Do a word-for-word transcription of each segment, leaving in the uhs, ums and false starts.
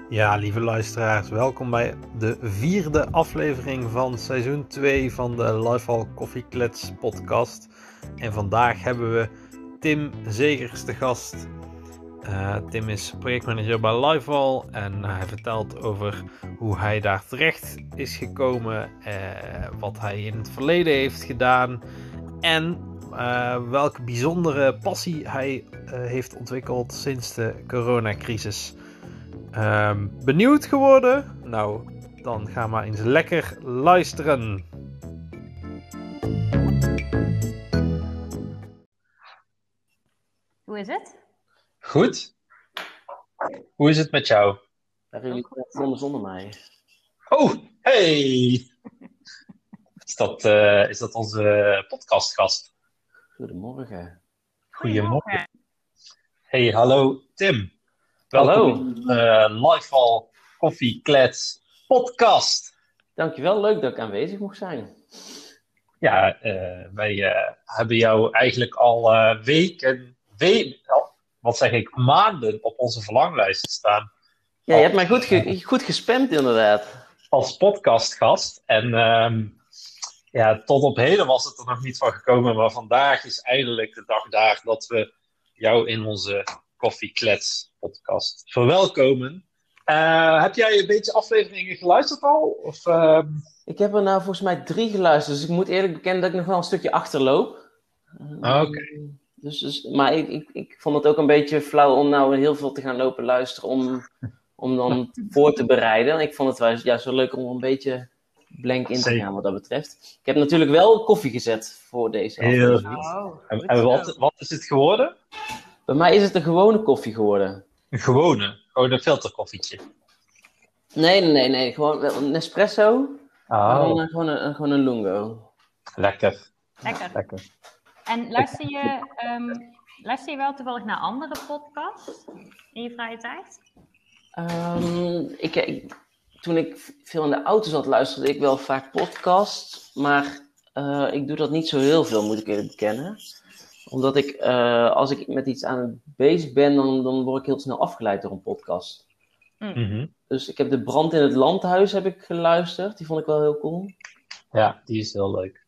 Ja, lieve luisteraars, welkom bij de vierde aflevering van seizoen twee van de Lifehall Koffieklets podcast. En vandaag hebben we Tim Zegers te gast. Uh, Tim is projectmanager bij Lifehall en hij vertelt over hoe hij daar terecht is gekomen, uh, wat hij in het verleden heeft gedaan en uh, welke bijzondere passie hij uh, heeft ontwikkeld sinds de coronacrisis. Uh, benieuwd geworden? Nou, dan ga maar eens lekker luisteren. Hoe is het? Goed. Hoe is het met jou? Daar jullie zonder zonder mij. Oh, hey! Is dat, uh, is dat onze podcastgast? Goedemorgen. Goedemorgen. Hey, hallo Tim. Welkom in de uh, Lifehall Koffieklets podcast. Dankjewel, leuk dat ik aanwezig mocht zijn. Ja, uh, wij uh, hebben jou eigenlijk al uh, weken, we- wat zeg ik, maanden op onze verlanglijst staan. Ja, je hebt mij goed, ge- goed gespamd inderdaad. Als podcastgast. En um, ja, tot op heden was het er nog niet van gekomen, maar vandaag is eindelijk de dag daar dat we jou in onze Koffieklets podcast verwelkomen. Uh, heb jij een beetje afleveringen geluisterd al? Of, uh... Ik heb er nou volgens mij drie geluisterd, dus ik moet eerlijk bekennen dat ik nog wel een stukje achterloop. Uh, Oké. Okay. Dus, dus, maar ik, ik, ik vond het ook een beetje flauw om nou heel veel te gaan lopen luisteren om, om dan voor te bereiden. Ik vond het wel ja, zo leuk om een beetje blank in te gaan wat dat betreft. Ik heb natuurlijk wel koffie gezet voor deze aflevering. Oh, en en wat, wat is het geworden? Bij mij is het een gewone koffie geworden. Een gewone? Gewoon een filterkoffietje? Nee, nee, nee. nee. Gewoon een Nespresso. Oh. Gewoon, gewoon, een, gewoon een Lungo. Lekker. Lekker. Lekker. En luister je, um, luister je wel toevallig naar andere podcasts in je vrije tijd? Um, ik, ik, toen ik veel in de auto zat, luisterde ik wel vaak podcasts. Maar uh, ik doe dat niet zo heel veel, moet ik eerlijk bekennen. Omdat ik, uh, als ik met iets aan het bezig ben, dan, dan word ik heel snel afgeleid door een podcast. Mm-hmm. Dus ik heb de Brand in het Landhuis heb ik geluisterd. Die vond ik wel heel cool. Ja, die is heel leuk.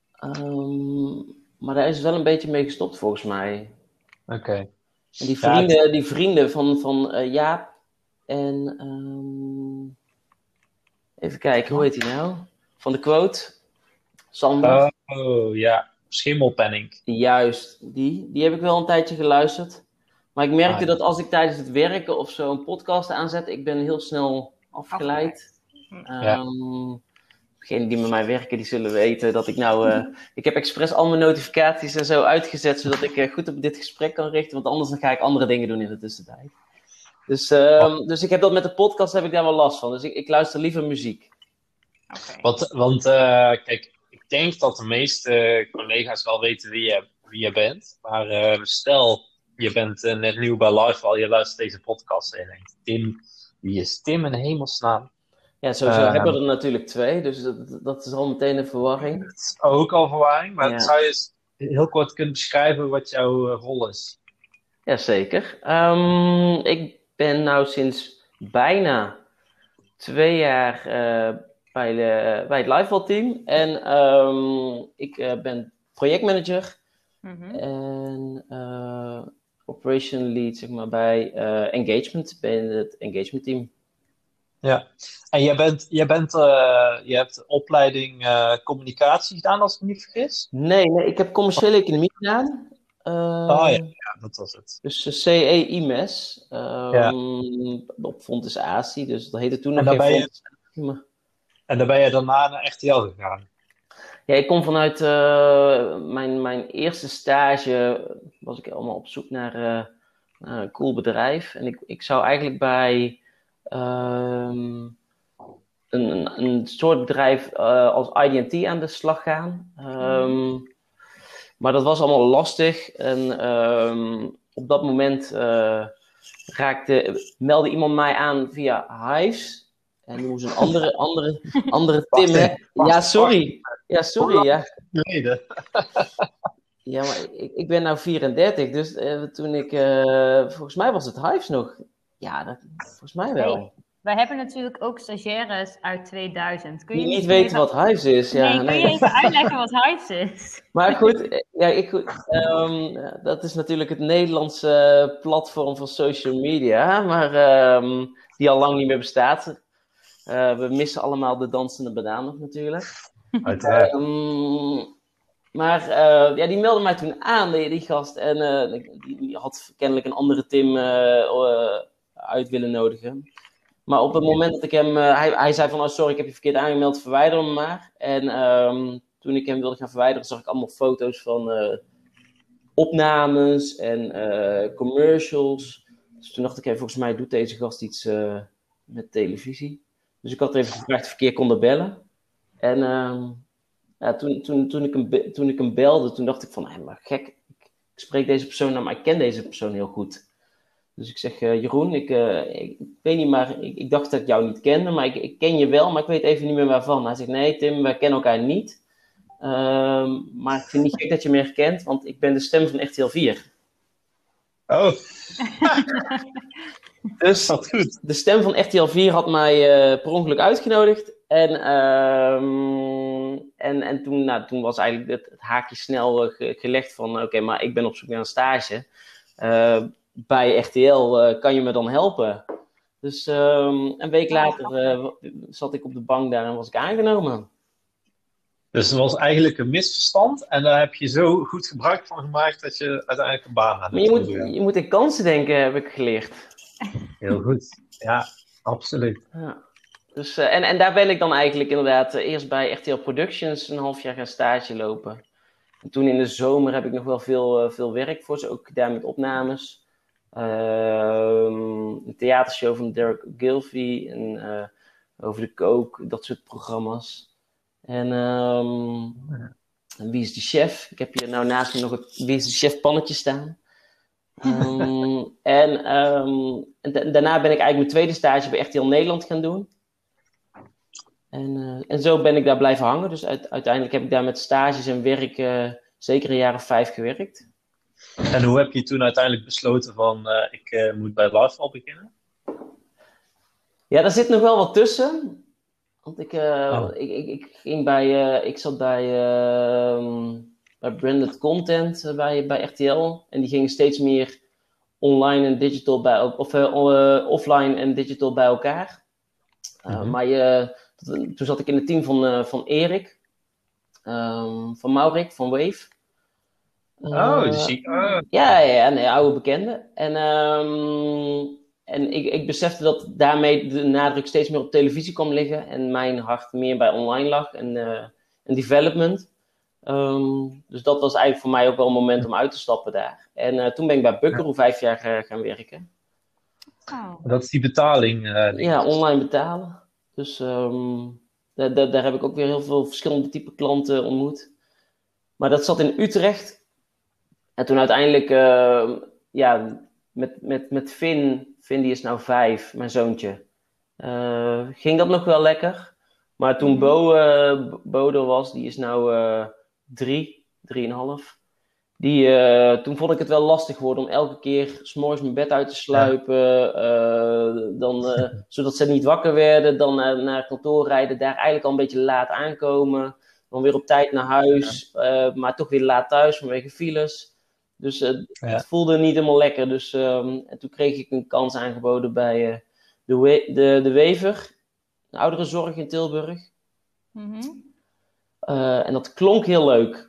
Um, maar daar is wel een beetje mee gestopt volgens mij. Oké. Okay. En die vrienden, ja, het... die vrienden van, van uh, Jaap en... Um, even kijken, hoe heet hij nou? Van de Quote. Sander. Oh, ja. Schimmelpenning. Juist, die. Die heb ik wel een tijdje geluisterd. Maar ik merkte ah, ja. dat als ik tijdens het werken of zo een podcast aanzet, ik ben heel snel afgeleid. Ja. Um, degenen die met mij werken, die zullen weten dat ik nou... Uh, ik heb expres al mijn notificaties en zo uitgezet, zodat ik uh, goed op dit gesprek kan richten. Want anders dan ga ik andere dingen doen in de tussentijd. Dus, uh, oh. dus ik heb dat met de podcast, heb ik daar wel last van. Dus ik, ik luister liever muziek. Okay. Want, want uh, kijk, ik denk dat de meeste collega's wel weten wie je, wie je bent. Maar uh, stel, je bent uh, net nieuw bij Lifehall, je luistert deze podcast en je denkt, Tim, wie is Tim in hemelsnaam? Ja, sowieso uh, hebben we er natuurlijk twee, dus dat, dat is al meteen een verwarring. Dat is ook al verwarring, maar ja. Zou je eens heel kort kunnen beschrijven wat jouw uh, rol is? Jazeker. Um, ik ben nou sinds bijna twee jaar uh, bij, de, bij het Lifehall team en um, ik uh, ben projectmanager mm-hmm. en uh, operation lead zeg maar, bij uh, engagement, bij het engagement team. Ja, en jij bent, jij bent, uh, je hebt opleiding uh, communicatie gedaan, als ik me niet vergis? Nee, nee, ik heb commerciële economie gedaan. Uh, oh ja, ja, dat was het. Dus uh, C E I M E S, um, ja. op Fontes Atie, dus dat heette toen nog geen Fontes Atie. Maar... En dan ben je daarna naar R T L gegaan? Ja, ik kom vanuit uh, mijn, mijn eerste stage, was ik allemaal op zoek naar, uh, naar een cool bedrijf. En ik, ik zou eigenlijk bij... Um, een, een soort bedrijf uh, als I D en T aan de slag gaan. Um, maar dat was allemaal lastig. En um, op dat moment uh, raakte, meldde iemand mij aan via Hives. En die moest een andere, andere, andere Tim. Hè? Ja, sorry. Ja, sorry. Ja. Ja, maar ik, ik ben nou vierendertig. Dus uh, toen ik... Uh, volgens mij was het Hives nog... Ja, dat, volgens mij wel. wij hebben natuurlijk ook stagiaires uit tweeduizend. Kun je Die niet misschien weten even- wat Hives is. Ja, nee, kun nee. je even uitleggen wat Hives is? Maar goed, ja, ik, goed ehm, dat is natuurlijk het Nederlandse platform van social media, maar ehm, die al lang niet meer bestaat. Uh, we missen allemaal de dansende banaan nog natuurlijk. Uiteraard. Um, maar uh, ja, die meldde mij toen aan, die, die gast. En uh, die, die had kennelijk een andere Tim uh, uh, uit willen nodigen. Maar op het moment dat ik hem... Uh, hij, hij zei van, oh sorry, ik heb je verkeerd aangemeld, verwijder me maar. En um, toen ik hem wilde gaan verwijderen, zag ik allemaal foto's van uh, opnames en uh, commercials. Dus toen dacht ik, hey, volgens mij doet deze gast iets uh, met televisie. Dus ik had even gevraagd of ik een keer kon bellen. En uh, ja, toen, toen, toen, ik hem, toen ik hem belde, toen dacht ik van, hé, maar gek, ik, ik spreek deze persoon nou, maar ik ken deze persoon heel goed. Dus ik zeg, uh, Jeroen, ik, uh, ik, ik weet niet, maar ik, ik dacht dat ik jou niet kende, maar ik, ik ken je wel, maar ik weet even niet meer waarvan. Hij zegt, nee Tim, wij kennen elkaar niet. Uh, maar ik vind het niet gek dat je me herkent, want ik ben de stem van R T L vier. Oh. Dus Wat goed. De stem van R T L vier had mij uh, per ongeluk uitgenodigd. En, uh, en, en toen, nou, toen was eigenlijk het, het haakje snel uh, ge, gelegd van... Oké, okay, maar ik ben op zoek naar een stage. Uh, bij R T L uh, kan je me dan helpen? Dus um, een week later uh, zat ik op de bank daar en was ik aangenomen. Dus het was eigenlijk een misverstand. En daar heb je zo goed gebruik van gemaakt dat je uiteindelijk een baan had. Maar je moet, je moet in kansen denken, heb ik geleerd. Heel goed. Ja, absoluut. Ja. Dus, uh, en, en daar ben ik dan eigenlijk inderdaad uh, eerst bij R T L Productions een half jaar gaan stage lopen. En toen in de zomer heb ik nog wel veel, uh, veel werk voor ze, ook gedaan met opnames. Uh, een theatershow van Derek Gilfie en uh, over de kook, dat soort programma's. En um, Wie is de Chef? Ik heb hier nou naast me nog het Wie is de Chef pannetje staan. Um, en um, en da- daarna ben ik eigenlijk mijn tweede stage bij R T L Nederland gaan doen. En, uh, en zo ben ik daar blijven hangen. Dus uit, uiteindelijk heb ik daar met stages en werk uh, zeker een jaar of vijf gewerkt. En hoe heb je toen uiteindelijk besloten van uh, ik uh, moet bij Lifeval beginnen? Ja, daar zit nog wel wat tussen. Want ik, uh, oh. ik, ik, ik ging bij, uh, ik zat bij, uh, bij Branded Content uh, bij, bij R T L. En die gingen steeds meer online en digital bij, of uh, uh, offline en digital bij elkaar. Uh, mm-hmm. Maar je, toen zat ik in het team van, uh, van Erik, um, van Maurik, van Wave. Uh, oh, dus je... Uh. Ja, ja, nee, oude bekende. En, um, en ik, ik besefte dat daarmee de nadruk steeds meer op televisie kwam liggen. En mijn hart meer bij online lag en, uh, en development. Um, dus dat was eigenlijk voor mij ook wel een moment om uit te stappen daar. En uh, toen ben ik bij Buckaroo vijf jaar uh, gaan werken. Oh. Dat is die betaling. Uh, ja, online betalen. Dus um, da- da- daar heb ik ook weer heel veel verschillende type klanten ontmoet. Maar dat zat in Utrecht. En toen uiteindelijk, uh, ja, met, met, met Finn, Finn die is nou vijf, mijn zoontje, uh, ging dat nog wel lekker. Maar toen Bo, uh, Bo er was, die is nou uh, drie, drieënhalf. Die, uh, toen vond ik het wel lastig worden om elke keer 's morgens mijn bed uit te sluipen. Ja. Uh, dan, uh, zodat ze niet wakker werden. Dan uh, naar het kantoor rijden. Daar eigenlijk al een beetje laat aankomen. Dan weer op tijd naar huis. Ja. Uh, maar toch weer laat thuis vanwege files. Dus uh, ja. Het voelde niet helemaal lekker. Dus um, en toen kreeg ik een kans aangeboden bij uh, de, we- de, de Wever. De ouderenzorg in Tilburg. Mm-hmm. Uh, en dat klonk heel leuk.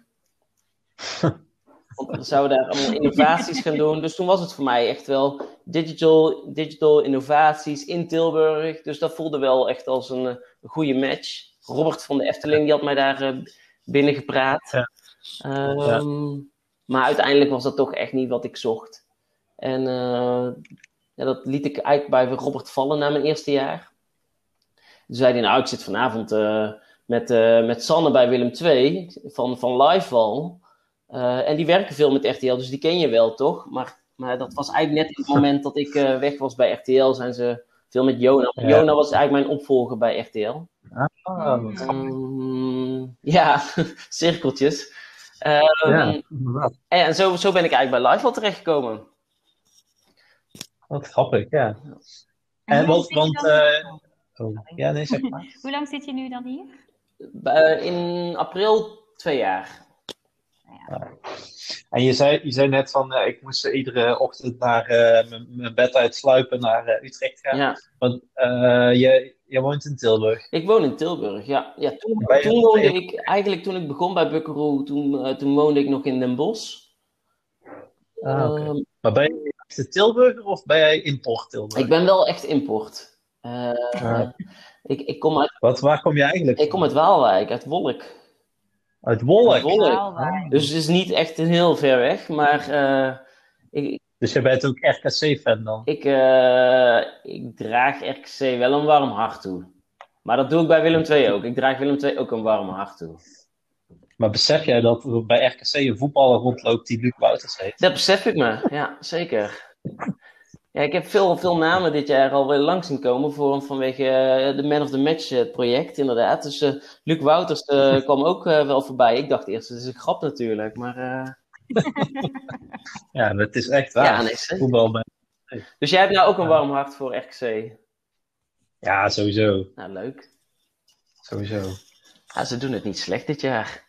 Want we zouden daar allemaal innovaties gaan doen. Dus toen was het voor mij echt wel digital, digital innovaties in Tilburg. Dus dat voelde wel echt als een, een goede match. Robert van de Efteling die had mij daar uh, binnen gepraat. Ja. Um, ja. Maar uiteindelijk was dat toch echt niet wat ik zocht. En uh, ja, dat liet ik eigenlijk bij Robert vallen na mijn eerste jaar. Toen zei hij, nou ik zit vanavond uh, met, uh, met Sanne bij Willem twee van, van Lifeval. Uh, en die werken veel met R T L, dus die ken je wel, toch? Maar, maar dat was eigenlijk net het moment dat ik uh, weg was bij R T L, zijn ze veel met Jona. Ja. Jona was eigenlijk mijn opvolger bij R T L. Ah, um, ja, cirkeltjes. Um, ja, en zo, zo ben ik eigenlijk bij Lifeval terechtgekomen. Wat grappig, ja. En hoe want, lang zit want je dan- uh, oh, ja, nee, zeg maar. Hoe lang zit je nu dan hier? Uh, in april twee jaar. Ja. En je zei, je zei net van, uh, ik moest iedere ochtend naar uh, mijn bed uitsluipen naar uh, Utrecht gaan. Ja. Want uh, je, je woont in Tilburg. Ik woon in Tilburg, ja. ja toen je, toen woonde ik, eigenlijk toen ik begon bij Buckaroo, toen, uh, toen woonde ik nog in Den Bosch. Ah, okay. um, maar ben je echt Tilburger of ben jij import Tilburg? Ik ben wel echt import. Uh, ah. ik, ik kom uit, Wat, waar kom je eigenlijk Ik kom uit Waalwijk, uit Wolk. Uit Wolk? Uit Wolk. Ah. Dus het is niet echt heel ver weg, maar... Uh, ik, dus je bent ook R K C-fan dan? Ik, uh, ik draag R K C wel een warm hart toe. Maar dat doe ik bij Willem twee ook. Ik draag Willem twee ook een warm hart toe. Maar besef jij dat er bij R K C een voetballer rondloopt die Luc Wouters heet? Dat besef ik me, ja, zeker. Ja, ik heb veel, veel namen dit jaar alweer langs zien komen voor, vanwege uh, de Man of the Match uh, project, inderdaad. Dus uh, Luc Wouters uh, kwam ook uh, wel voorbij. Ik dacht eerst, het is een grap natuurlijk, maar... Uh... ja, het is echt waar. Ja, nee, voetbal bij... Dus jij hebt nou ook een warm hart voor R K C? Ja, sowieso. Nou, leuk. Sowieso. Ja, ze doen het niet slecht dit jaar.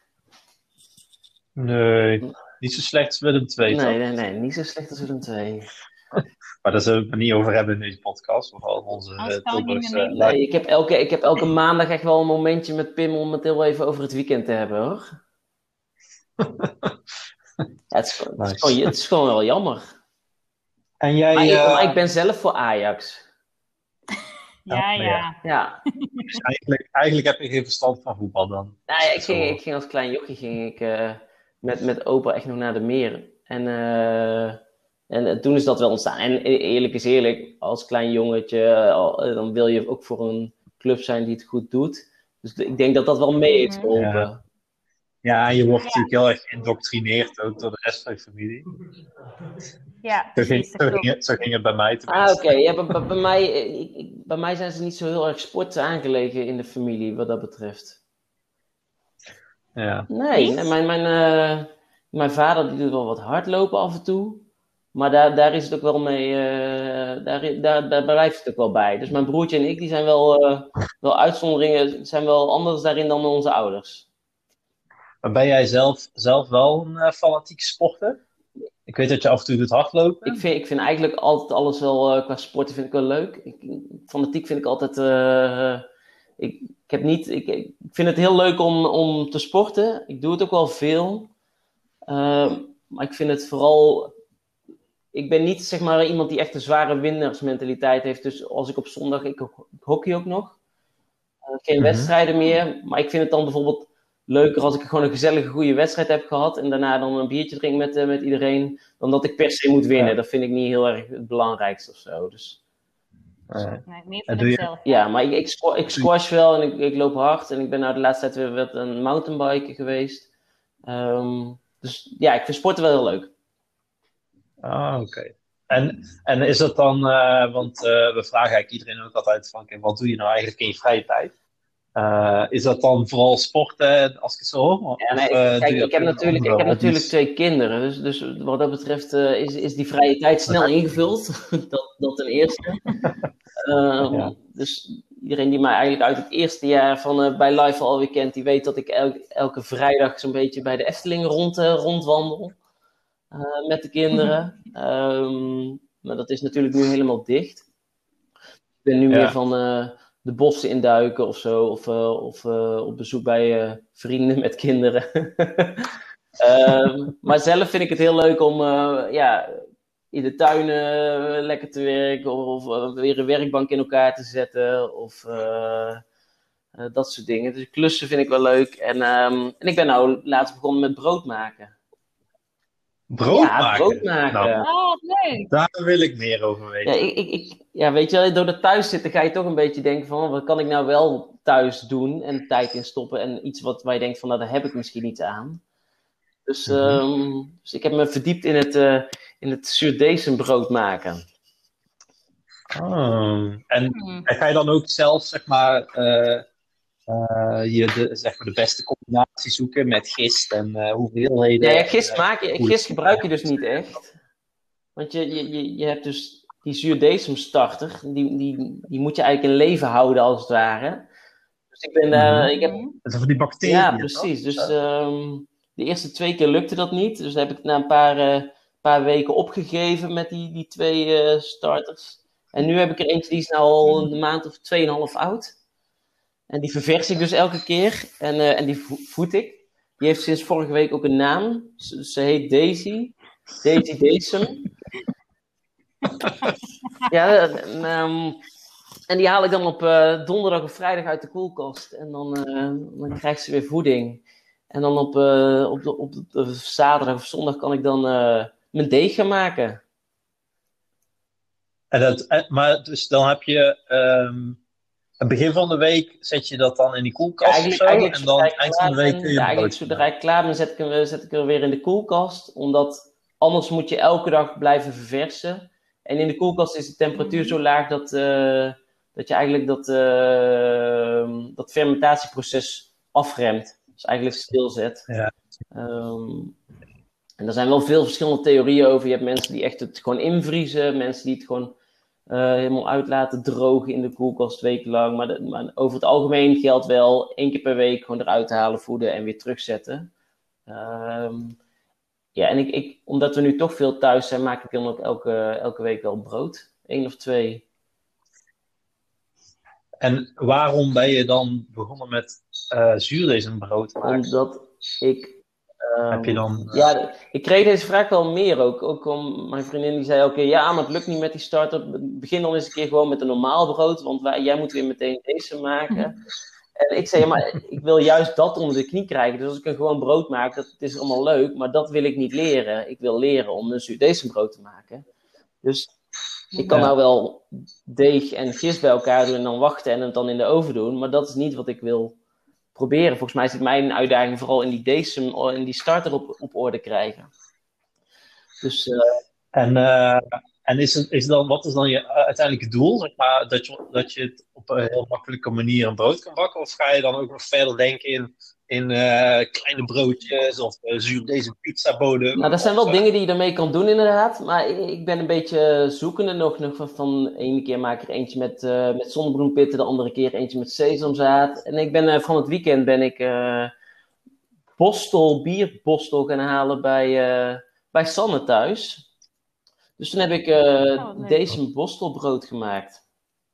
Nee, niet zo slecht als Willem twee. Nee, nee, nee, niet zo slecht als Willem twee. Maar daar zullen we het niet over hebben in deze podcast. Vooral onze uh, Tilburgse... Uh, nee, ik heb, elke, ik heb elke maandag echt wel een momentje met Pim om het heel even over het weekend te hebben, hoor. ja, het, is, het, is gewoon, het is gewoon wel jammer. En jij... Maar ik, uh... maar ik ben zelf voor Ajax. Ja, ja. ja. ja. Dus eigenlijk, eigenlijk heb je geen verstand van voetbal dan. Nou ja, ik ging, ik ging als klein jochie ging ik, uh, met, met opa echt nog naar de meer. En, uh, en toen is dat wel ontstaan. En eerlijk is eerlijk, als klein jongetje, uh, dan wil je ook voor een club zijn die het goed doet. Dus ik denk dat dat wel mee heeft geholpen. Ja. Ja, je wordt ja. natuurlijk heel erg geïndoctrineerd ook door de rest van je familie. Ja, zo ging, zo ging, het, zo ging het bij mij tenminste. Ah, oké. Okay. Ja, bij, bij, mij, ik, ik, bij mij zijn ze niet zo heel erg sport aangelegen in de familie, wat dat betreft. Ja. Nee, nee mijn, mijn, uh, mijn vader die doet wel wat hardlopen af en toe. Maar daar, daar is het ook wel mee, uh, daar, daar, daar blijft het ook wel bij. Dus mijn broertje en ik, die zijn wel, uh, wel uitzonderingen, zijn wel anders daarin dan onze ouders. Maar ben jij zelf, zelf wel een uh, fanatieke sporter? Ik weet dat je af en toe doet hardlopen. Ik vind, ik vind eigenlijk altijd alles wel, uh, qua sporten vind ik wel leuk. Ik, fanatiek vind ik altijd... Uh, ik, ik, heb niet, ik, ik vind het heel leuk om, om te sporten. Ik doe het ook wel veel. Uh, maar ik vind het vooral... Ik ben niet zeg maar iemand die echt een zware winnaarsmentaliteit heeft. Dus als ik op zondag... Ik, ik hockey ook nog. Uh, geen mm-hmm. wedstrijden meer. Maar ik vind het dan bijvoorbeeld... leuker als ik gewoon een gezellige, goede wedstrijd heb gehad en daarna dan een biertje drink met, uh, met iedereen, dan dat ik per se moet winnen. Ja. Dat vind ik niet heel erg het belangrijkste of zo. Dus... Ja. Nee, meer voor jezelf. Ja, maar ik, ik, squ- ik squash wel en ik, ik loop hard en ik ben nou de laatste tijd weer met een mountainbiken geweest. Um, dus ja, ik vind sporten wel heel leuk. Ah, oké. Okay. En, en is het dan, uh, want uh, we vragen eigenlijk iedereen ook altijd van, okay, wat doe je nou eigenlijk in je vrije tijd? Uh, is dat dan vooral sporten, als ik het zo hoor? Ja, nee, of, uh, kijk, ik heb natuurlijk, ik heb natuurlijk twee kinderen, dus, dus wat dat betreft uh, is, is die vrije tijd snel ingevuld. dat, dat ten eerste. Uh, ja. Dus iedereen die mij eigenlijk uit het eerste jaar van uh, bij Live alweer kent, die weet dat ik el- elke vrijdag zo'n beetje bij de Efteling rond, uh, rondwandel. Uh, met de kinderen. Um, maar dat is natuurlijk nu helemaal dicht. Ik ben nu ja. meer van... Uh, de bossen induiken of zo, of, uh, of uh, op bezoek bij uh, vrienden met kinderen. um, maar zelf vind ik het heel leuk om uh, ja, in de tuin uh, lekker te werken, of, of uh, weer een werkbank in elkaar te zetten, of uh, uh, dat soort dingen. Dus klussen vind ik wel leuk. En, um, en ik ben nou laatst begonnen met brood maken. Brood ja, maken? brood maken. Nou, oh, leuk. Daar wil ik meer over weten. Ja, ik, ik, ik, ja, weet je wel, door dat thuis zitten ga je toch een beetje denken van, wat kan ik nou wel thuis doen en tijd in stoppen en iets wat, waar je denkt van, nou, daar heb ik misschien iets aan. Dus, mm-hmm. um, dus ik heb me verdiept in het, uh, in het surdezenbrood maken. Oh. En, mm. en ga je dan ook zelf, zeg maar, uh, uh, je de, zeg maar de beste combinatie zoeken met gist en uh, hoeveelheden? Ja, ja, gist, maak je, gist gebruik je dus niet echt. Want je, je, je, je hebt dus die zuurdesem-starter, die, die, die moet je eigenlijk in leven houden als het ware. Dus ik ben daar, Mhm. ik heb, Dat is voor die bacteriën. ja, precies. Dus ehm, de eerste twee keer lukte dat niet. Dus dan heb ik na een paar, eh, paar weken opgegeven met die, die twee eh, starters. En nu heb ik er eentje die is nou al een maand of tweeënhalf oud. En die ververs ik dus elke keer. En, eh, en die vo- voed ik. Die heeft sinds vorige week ook een naam. Ze, ze heet Daisy. Daisy Desem. Ja, en, ehm, en die haal ik dan op eh, donderdag of vrijdag uit de koelkast. En dan, eh, dan krijgt ze weer voeding. En dan op, eh, op, de, op de, de zaterdag of zondag kan ik dan eh, mijn deeg gaan maken. En dat, en- maar dus dan heb je... ehm het begin van de week zet je dat dan in die Ja, koelkast of eigenlijk, zo. eigenlijk En zodra dan ik eind van de klaar week ben, kun je ja, een eigenlijk broodje zodra ik klaar ben, zet ik, hem, zet ik hem weer in de koelkast. Omdat anders moet je elke dag blijven verversen. En in de koelkast is de temperatuur Mhm. zo laag dat, eh, dat je eigenlijk dat, eh, dat fermentatieproces afremt. Dus eigenlijk stilzet. Ja. Ehm, en er zijn wel veel verschillende theorieën over. Je hebt mensen die echt het gewoon invriezen. Mensen die het gewoon eh, helemaal uit laten drogen in de koelkast wekenlang. Maar, de- maar over het algemeen geldt wel één keer per week gewoon eruit halen, voeden en weer terugzetten. Ehm, ja, en ik, ik, omdat we nu toch veel thuis zijn, maak ik dan ook elke, elke week wel brood. Eén of twee. En waarom ben je dan begonnen met uh, zuurdesembrood te maken? Omdat ik... Um, Heb je dan... Uh... Ja, ik kreeg deze vraag wel meer ook. Ook om mijn vriendin die zei elke keer, ja, maar het lukt niet met die start-up. Begin dan eens een keer gewoon met een normaal brood, want wij, jij moet weer meteen deze maken. En ik zei, ja, maar ik wil juist dat onder de knie krijgen. Dus als ik een gewoon brood maak, dat het is allemaal leuk, maar dat wil ik niet leren. Ik wil leren om een zuurdesembrood te maken. Dus ik kan Ja. nou wel deeg en gist bij elkaar doen en dan wachten en het dan in de oven doen, maar dat is niet wat ik wil proberen. Volgens mij zit mijn uitdaging vooral in die decem, in die starter op, op orde krijgen. Dus, uh... En, uh, en is het, is dan, wat is dan je uh, uiteindelijke doel? Zeg maar, dat, je, dat je het op een heel makkelijke manier een brood kan bakken? Of ga je dan ook nog verder denken in, in uh, kleine broodjes of uh, zuur deze pizzabodem? Nou, dat zijn wel of, dingen die je ermee kan doen inderdaad. Maar ik, ik ben een beetje zoekende nog. nog van, van de ene keer maak ik er eentje met, uh, met zonnebloempitten, de andere keer eentje met sesamzaad. En ik ben uh, van het weekend ben ik uh, Bostel, bierbostel gaan halen bij, uh, bij Sanne thuis. Dus toen heb ik uh, oh, deze bostelbrood gemaakt.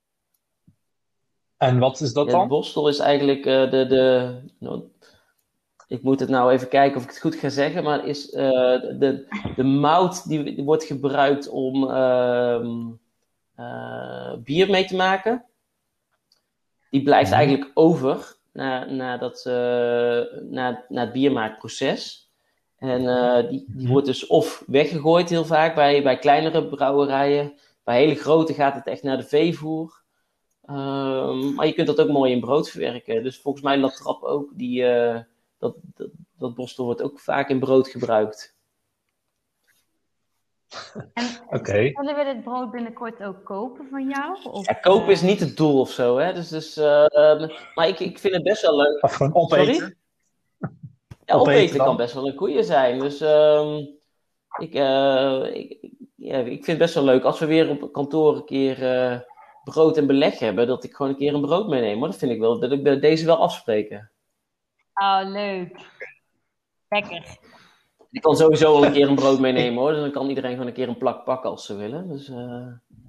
En wat is dat ja, dan? Bostel is eigenlijk uh, de... de nou, ik moet het nou even kijken of ik het goed ga zeggen, maar is, uh, de, de mout die, die wordt gebruikt om uh, uh, bier mee te maken. Die blijft mm-hmm. eigenlijk over na, na, dat, uh, na, na het biermaakproces. En uh, die, die wordt dus of weggegooid heel vaak bij, bij kleinere brouwerijen. Bij hele grote gaat het echt naar de veevoer. Um, maar je kunt dat ook mooi in brood verwerken. Dus volgens mij La Trappe ook, die, uh, dat, dat, dat bostel wordt ook vaak in brood gebruikt. Oké. Okay. Zullen we dit brood binnenkort ook kopen van jou? Of, ja, kopen uh... is niet het doel of zo, hè. Dus, dus, uh, uh, maar ik, ik vind het best wel leuk. Of gewoon opeten. Sorry? Ja, opeten, opeten kan best wel een goeie zijn. Dus um, ik, uh, ik, ja, ik vind het best wel leuk als we weer op kantoor een keer uh, brood en beleg hebben, dat ik gewoon een keer een brood meeneem. Maar dat vind ik wel, dat ik deze wel afspreken. Oh, leuk. Lekker. Ik kan sowieso wel een keer een brood meenemen hoor. Dus dan kan iedereen gewoon een keer een plak pakken als ze willen. Dus, uh...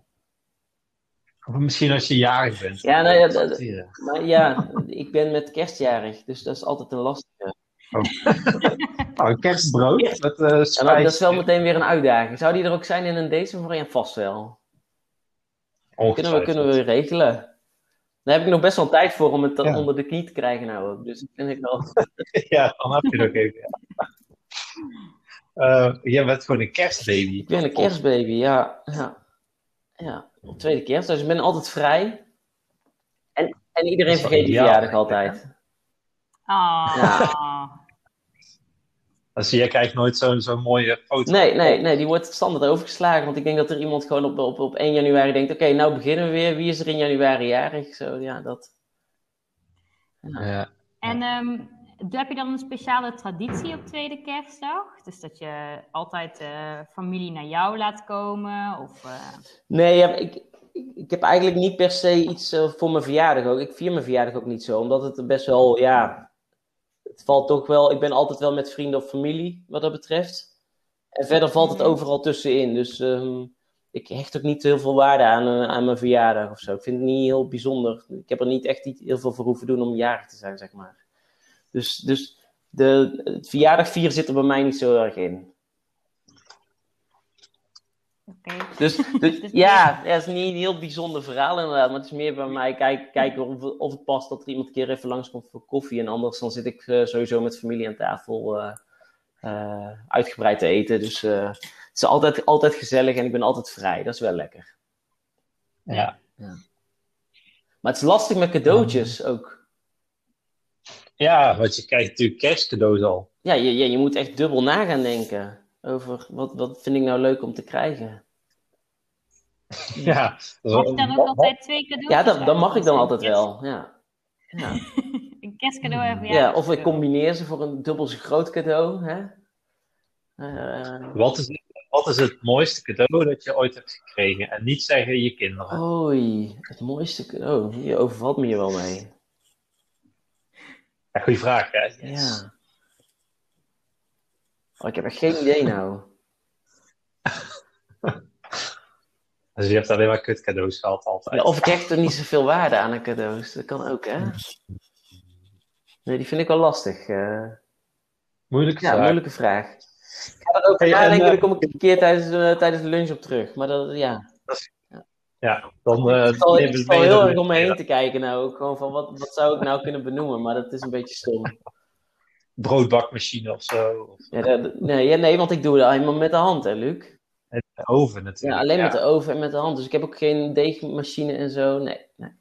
Of misschien als je jarig bent. Ja, nou ja, dat, maar ja, ik ben met kerstjarig, dus dat is altijd een lastige. Oh. Oh, een kerstbrood Kerst. met uh, spijs. Ja, nou, dat is wel meteen weer een uitdaging. Zou die er ook zijn in een deze variant? Vast wel. Kunnen we, kunnen we regelen. Daar heb ik nog best wel tijd voor om het ja. onder de knie te krijgen nou ook. Dus dat vind ik wel... Ja, dan heb je nog even. Ja. Uh, jij bent gewoon een kerstbaby. Ik ben een kerstbaby, ja. Ja, ja. Op tweede kerst. Dus ik ben altijd vrij. En, en iedereen vergeet die verjaardag altijd. Ah. Ja. Dus jij krijgt nooit zo'n zo mooie foto. Nee, nee, nee, die wordt standaard overgeslagen. Want ik denk dat er iemand gewoon op, op, op één januari denkt... Oké, okay, nou beginnen we weer. Wie is er in januari jarig? Zo, ja, dat... Ja. Ja. En um, heb je dan een speciale traditie op tweede kerstdag? Dus dat je altijd uh, familie naar jou laat komen? Of, uh... Nee, ja, ik, ik, ik heb eigenlijk niet per se iets uh, voor mijn verjaardag ook. Ik vier mijn verjaardag ook niet zo, omdat het best wel, ja... Het valt toch wel... Ik ben altijd wel met vrienden of familie, wat dat betreft. En verder valt het overal tussenin. Dus um, ik hecht ook niet heel veel waarde aan, uh, aan mijn verjaardag of zo. Ik vind het niet heel bijzonder. Ik heb er niet echt niet heel veel voor hoeven doen om jarig te zijn, zeg maar. Dus, dus de, het verjaardag vieren zit er bij mij niet zo erg in. Okay. Dus, dus ja, het is niet een heel bijzonder verhaal inderdaad. Maar het is meer bij mij kijken, kijken of, of het past dat er iemand een keer even langskomt voor koffie. En anders dan zit ik uh, sowieso met familie aan tafel uh, uh, uitgebreid te eten. Dus uh, het is altijd, altijd gezellig en ik ben altijd vrij. Dat is wel lekker. Ja. ja. Maar het is lastig met cadeautjes ook. Ja, want je krijgt natuurlijk kerstcadeaus al. Ja, je, je, je moet echt dubbel na gaan denken over wat, wat vind ik nou leuk om te krijgen. Ja. Mag je dan ook altijd twee cadeautjes? Ja, dat, dat mag ik dan altijd kerst... wel. Ja. Ja. Een kerstcadeau en ja, of ik combineer ze voor een dubbel zo groot cadeau. Hè? Uh... Wat, is het, wat is het mooiste cadeau dat je ooit hebt gekregen? En niet zeggen je kinderen. Oei, het mooiste cadeau. Je overvalt me hier wel mee. Ja, goeie vraag, hè? Yes. Ja. Oh, ik heb echt geen idee nou. Dus je hebt alleen maar kut cadeaus gehad altijd. Ja, of ik hecht er niet zoveel waarde aan een cadeaus. Dat kan ook, hè? Nee, die vind ik wel lastig. Uh... Moeilijke ja, vraag. moeilijke vraag. Ik ga erover hey, nadenken, en uh... dan kom ik een keer tijdens, uh, tijdens de lunch op terug. Maar dat, ja. Dat is... Ja, dan... Uh, ik val, ik val heel erg om me heen te kijken nou. Ook gewoon van, wat, wat zou ik nou kunnen benoemen? Maar dat is een beetje stom. Broodbakmachine of zo. Of... Ja, dat, nee, ja, nee, want ik doe het helemaal met de hand, hè, Luc? Met de oven natuurlijk. Ja, alleen ja. met de oven en met de hand. Dus ik heb ook geen deegmachine en zo. Nee, nee.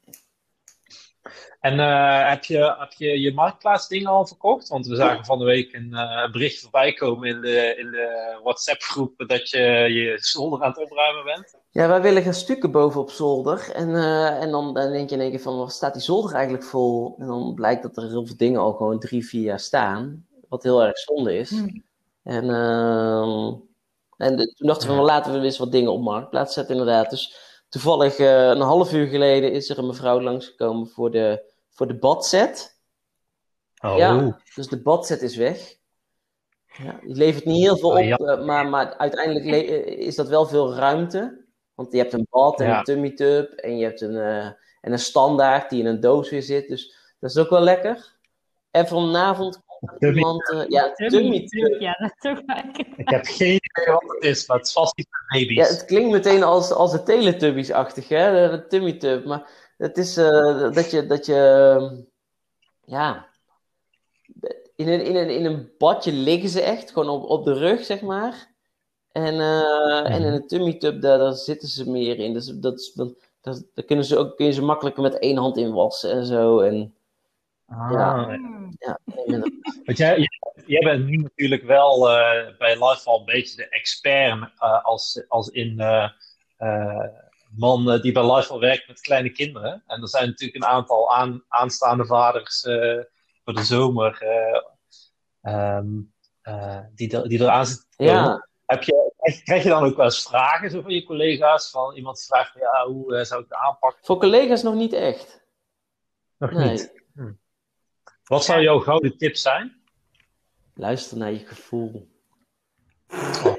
En uh, heb, je, heb je je marktplaatsdingen al verkocht? Want we zagen van de week een uh, bericht voorbij komen in de, in de WhatsApp-groep dat je je zolder aan het opruimen bent. Ja, wij willen gaan stukken boven op zolder. En, uh, en dan, dan denk je in één keer van, wat staat die zolder eigenlijk vol? En dan blijkt dat er heel veel dingen al gewoon drie, vier jaar staan. Wat heel erg zonde is. Hmm. En, uh, en de, toen dachten we, van, laten we eens wat dingen op marktplaats zetten inderdaad. Dus toevallig uh, een half uur geleden is er een mevrouw langsgekomen voor de, voor de badset. Oh. Ja, dus de badset is weg. Ja, die levert niet heel veel op, oh, ja. uh, maar, maar uiteindelijk le- is dat wel veel ruimte. Want je hebt een bad en ja. een tummy tub en je hebt een, uh, en een standaard die in een doos weer zit. Dus dat is ook wel lekker. En vanavond komt er iemand... Uh, ja, tummy, tummy tub. Ja, dat is ook lekker. Ik heb geen idee wat het is, maar het is vast iets met baby's. Ja, het klinkt meteen als, als de Teletubbies-achtig, hè? De, de tummy tub. Maar het is uh, dat je... Dat je uh, ja... In een, in, een, in een badje liggen ze echt, gewoon op, op de rug, zeg maar. En, uh, mm. en in een tummy tub, daar, daar zitten ze meer in. Dus dat, dat, dat, daar kunnen ze ook kun je ze makkelijker met één hand in wassen en zo. En, ah. ja, ja, Want jij, jij bent nu natuurlijk wel uh, bij Lifeval een beetje de expert uh, als, als in uh, uh, man uh, die bij Lifeval werkt met kleine kinderen. En er zijn natuurlijk een aantal aan, aanstaande vaders uh, voor de zomer uh, um, uh, die, er, die eraan zitten te komen. Ja. Heb je, krijg je dan ook wel eens vragen zo van je collega's? Van iemand vraagt van, ja, hoe uh, zou ik het aanpakken? Voor collega's nog niet echt. Nog nee. niet? Hm. Wat zou jouw gouden tip zijn? Luister naar je gevoel. Oh.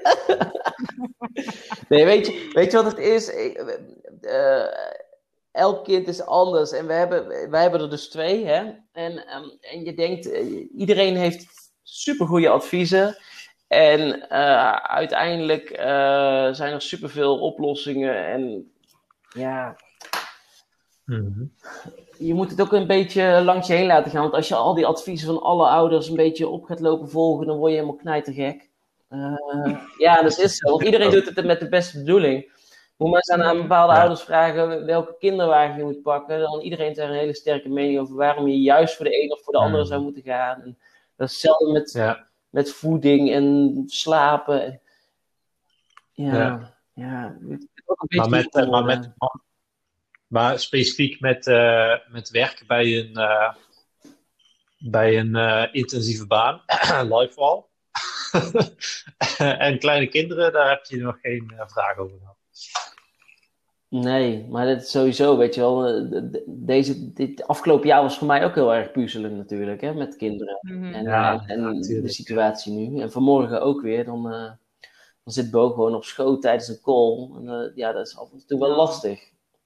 nee, weet je, weet je wat het is? Uh, elk kind is anders. En we hebben, wij hebben er dus twee. Hè? En, um, en je denkt, uh, iedereen heeft supergoeie adviezen. En uh, uiteindelijk uh, zijn er superveel oplossingen. En ja, mm-hmm. je moet het ook een beetje langs je heen laten gaan. Want als je al die adviezen van alle ouders een beetje op gaat lopen volgen, dan word je helemaal knijtergek. Uh, ja, dat is zo. Want iedereen doet het met de beste bedoeling. Moet maar eens aan, aan bepaalde ja. ouders vragen welke kinderwagen je moet pakken. Dan iedereen heeft er een hele sterke mening over waarom je juist voor de een of voor de mm. andere zou moeten gaan. En dat is hetzelfde met... Ja. Met voeding en slapen. Ja, ja. ja. Maar, met, uh, maar, met, maar specifiek met, uh, met werken bij een, uh, bij een uh, intensieve baan, Lifewall. En kleine kinderen, daar heb je nog geen uh, vraag over gehad. Nee, maar dat is sowieso, weet je wel, deze, dit afgelopen jaar was voor mij ook heel erg puzzelen natuurlijk, hè, met kinderen. Mm-hmm. En, ja, en, en ja, de situatie nu. En vanmorgen ook weer, dan, uh, dan zit Bo gewoon op schoot tijdens een call. En, uh, ja, dat is af en toe wel lastig.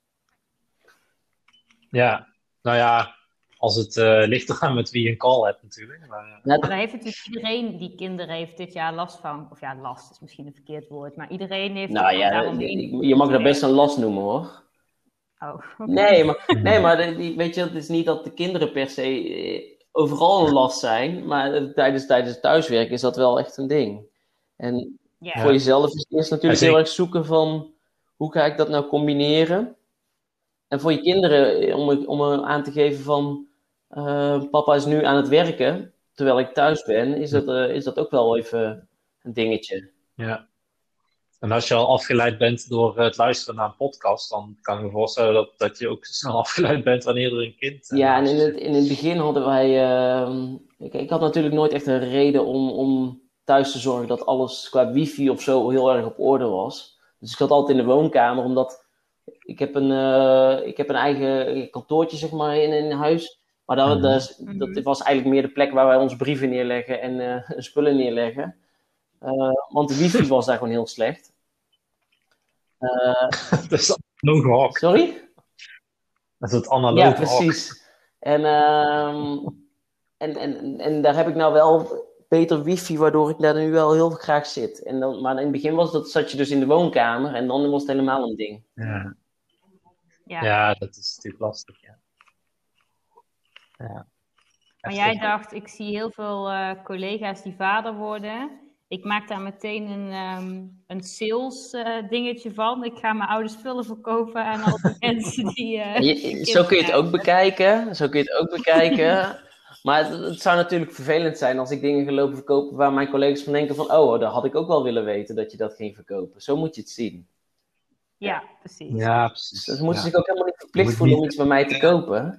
Ja, nou ja, als het uh, ligt eraan met wie je een call hebt natuurlijk. Maar, uh... ja, daar heeft natuurlijk iedereen die kinderen heeft dit jaar last van. Of ja, last is misschien een verkeerd woord. Maar iedereen heeft... Nou ja, je, je mag dat best een last noemen hoor. Oh, okay. Nee, maar, nee, maar de, weet je, het is niet dat de kinderen per se overal een last zijn. Maar tijdens, tijdens thuiswerk is dat wel echt een ding. En yeah. voor jezelf is het eerst natuurlijk heel erg zoeken van... Hoe ga ik dat nou combineren? En voor je kinderen, om, om aan te geven van... Uh, papa is nu aan het werken, terwijl ik thuis ben, is dat, uh, is dat ook wel even een dingetje. Ja. En als je al afgeleid bent door het luisteren naar een podcast, dan kan ik me voorstellen dat, dat je ook snel afgeleid bent wanneer er een kind... Uh, ja, en in het, in het begin hadden wij... Uh, ik, ik had natuurlijk nooit echt een reden om, om thuis te zorgen dat alles qua wifi of zo heel erg op orde was. Dus ik zat altijd in de woonkamer, omdat... Ik heb een, uh, ik heb een eigen kantoortje, zeg maar, in, in huis. Maar dat, mm-hmm. dat, dat was eigenlijk meer de plek waar wij onze brieven neerleggen en uh, spullen neerleggen. Uh, want de wifi was daar gewoon heel slecht. Uh, dat is het analoge hok. Sorry? Dat is het analoge hok. Ja, precies. En, uh, en, en, en daar heb ik nou wel beter wifi, waardoor ik daar nu wel heel graag zit. En dan, maar in het begin was dat, zat je dus in de woonkamer en dan was het helemaal een ding. Ja, ja. ja dat is natuurlijk lastig, ja. Ja. Maar jij dacht, ik zie heel veel uh, collega's die vader worden. Ik maak daar meteen een, um, een sales uh, dingetje van. Ik ga mijn oude spullen verkopen aan al die mensen die... Uh, je, die zo kun je het ook bekijken. Zo kun je het ook bekijken. Maar het, het zou natuurlijk vervelend zijn als ik dingen ga lopen verkopen waar mijn collega's van denken van... Oh, dat had ik ook wel willen weten dat je dat ging verkopen. Zo moet je het zien. Ja, precies. Ja, precies. Dus dan moeten ja. ze zich ook helemaal niet verplicht voelen niet... om iets bij mij te kopen.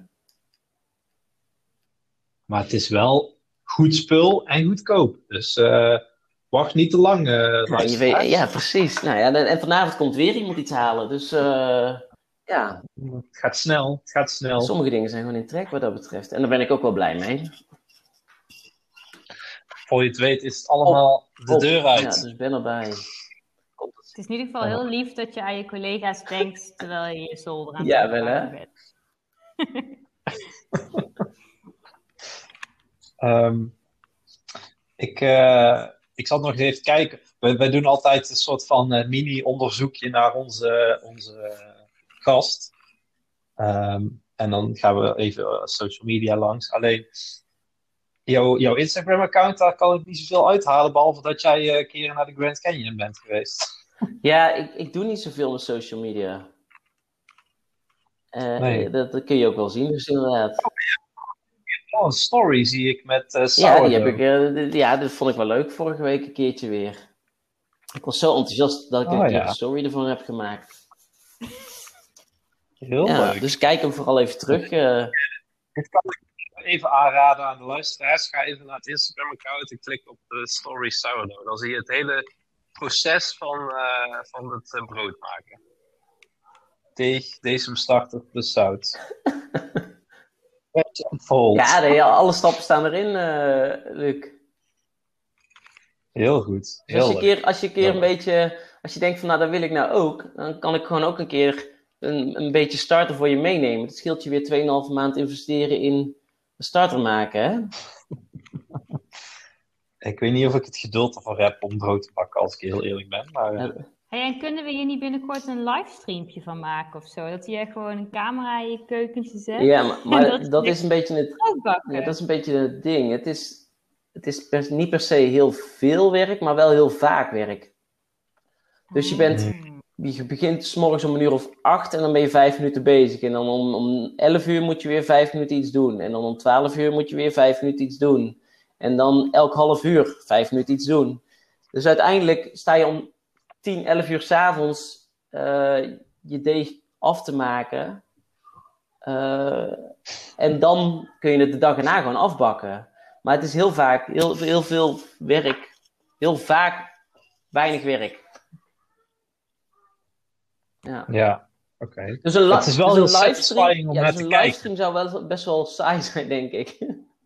Maar het is wel goed spul en goedkoop. Dus uh, wacht niet te lang. Uh, nou, je weet, ja, precies. Nou ja, en vanavond komt weer iemand iets halen. Dus uh, ja. Het gaat snel. Het gaat snel. Sommige dingen zijn gewoon in trek wat dat betreft. En daar ben ik ook wel blij mee. Voor je het weet is het allemaal op, de op. deur uit. Ja, dus ben erbij. Het is in ieder geval heel lief dat je aan je collega's denkt terwijl je je zolder aan ja, wel hè? bent. Um, ik, uh, ik zat nog eens even kijken. Wij, wij doen altijd een soort van uh, mini-onderzoekje naar onze, onze uh, gast. Um, en dan gaan we even uh, social media langs. Alleen, jouw, jouw Instagram-account, daar kan ik niet zoveel uithalen. Behalve dat jij uh, een keer naar de Grand Canyon bent geweest. Ja, ik, ik doe niet zoveel met social media. Uh, nee. dat, dat kun je ook wel zien, dus inderdaad. Oh, ja. Oh, een story zie ik met uh, ja, die heb ik, uh, ja, dat vond ik wel leuk vorige week een keertje weer. Ik was zo enthousiast dat ik oh, een ja. story ervan heb gemaakt. Heel ja, leuk. Dus kijk hem vooral even terug. Uh... Dit kan ik even aanraden aan de luisteraars. Ga even naar het Instagram-account en klik op de story sourdough. Dan zie je het hele proces van, uh, van het uh, brood maken. Deeg, desemstarter plus zout. Ja, nee, alle stappen staan erin, uh, Luc. Heel goed. Heel dus als je, keer, als je een keer heel een beetje, als je denkt van nou, dat wil ik nou ook, dan kan ik gewoon ook een keer een, een beetje starter voor je meenemen. Het scheelt je weer twee komma vijf maand investeren in een starter maken, hè? Ik weet niet of ik het geduld ervoor heb om brood te bakken, als ik heel eerlijk ben. Maar, uh... hey, en kunnen we hier niet binnenkort een livestreampje van maken of zo? Dat je gewoon een camera in je keukentje zet? Ja, maar, maar dat, dat is een beetje het, ja, dat is een beetje het ding. Het is, het is per, niet per se heel veel werk, maar wel heel vaak werk. Dus je bent, je begint 's morgens om een uur of acht en dan ben je vijf minuten bezig. En dan om, om elf uur moet je weer vijf minuten iets doen. En dan om twaalf uur moet je weer vijf minuten iets doen. En dan elk half uur vijf minuten iets doen. Dus uiteindelijk sta je om tien, elf uur 's avonds uh, je deeg af te maken. Uh, en dan kun je het de dag erna gewoon afbakken. Maar het is heel vaak, heel, heel veel werk. Heel vaak weinig werk. Ja. Ja, oké. Okay. Dus een, li- het is wel dus heel een livestream, om ja, naar dus te een kijken. livestream zou wel best wel saai zijn, denk ik.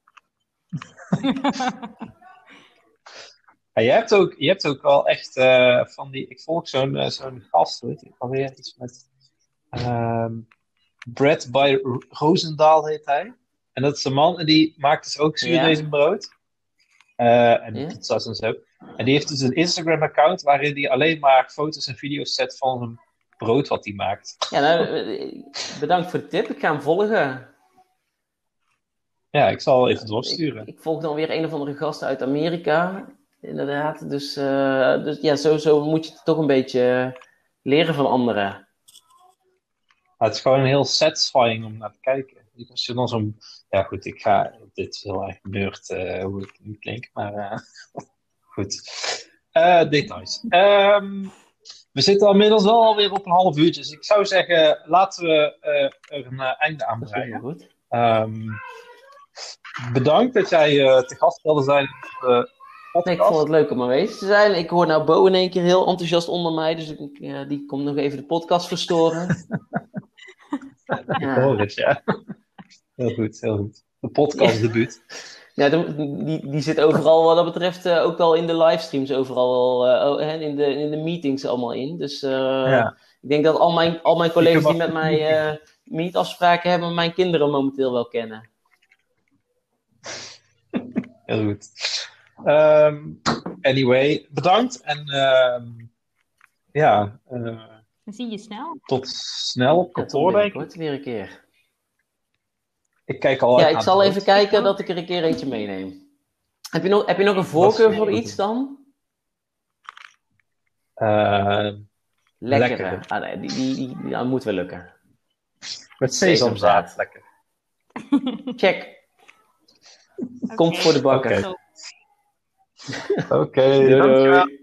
Ja, je, hebt ook, je hebt ook wel echt uh, van die... Ik volg zo'n, uh, zo'n gast, weet ik alweer iets met... Um, Bread by Rosendaal heet hij. En dat is een man en die maakt dus ook zuurdezenbrood. Uh, en ja? pizza's en zo. En die heeft dus een Instagram-account waarin hij alleen maar foto's en video's zet van zijn brood wat hij maakt. Ja, nou, bedankt voor de tip. Ik ga hem volgen. Ja, ik zal even doorsturen. Ik, ik volg dan weer een of andere gasten uit Amerika. Inderdaad. Dus, uh, dus ja, sowieso moet je het toch een beetje leren van anderen. Maar het is gewoon heel satisfying om naar te kijken. Als je dan zo'n... Ja goed, ik ga... Dit is heel erg nerd uh, hoe het nu klinkt, maar uh, goed. Uh, details. Um, we zitten al inmiddels wel alweer op een half uurtje. Dus ik zou zeggen, laten we uh, er een uh, einde aan breien. Goed. Um, bedankt dat jij uh, te gast wilde zijn op de podcast. Nee, ik vond het leuk om aanwezig te zijn. Ik hoor nou Bo in één keer heel enthousiast onder mij. Dus ik, uh, die komt nog even de podcast verstoren. Ja. Ik hoor het, ja. Heel goed, heel goed. De podcastdebuut. Ja, die, die zit overal wat dat betreft uh, ook al in de livestreams overal, uh, in, de, in de meetings allemaal in. Dus uh, ja. Ik denk dat al mijn, al mijn collega's die met mij uh, meetafspraken hebben, mijn kinderen momenteel wel kennen. Heel goed. Um, anyway, bedankt en uh, ja... Uh, Dan zie je snel. Tot snel op kantoor, denk ik. Wordt weer een keer. Ik kijk al Ja, ik zal even kijken dat ik er een keer eentje meeneem. Heb je nog, heb je nog een voorkeur voor iets dan? Uh, Lekkere. lekker. Ah, nee, die, die, die, die dat moet wel lukken. Met sesamzaad. Lekker. Check. Okay. Komt voor de bakker. Oké, okay. Okay, doei. doei.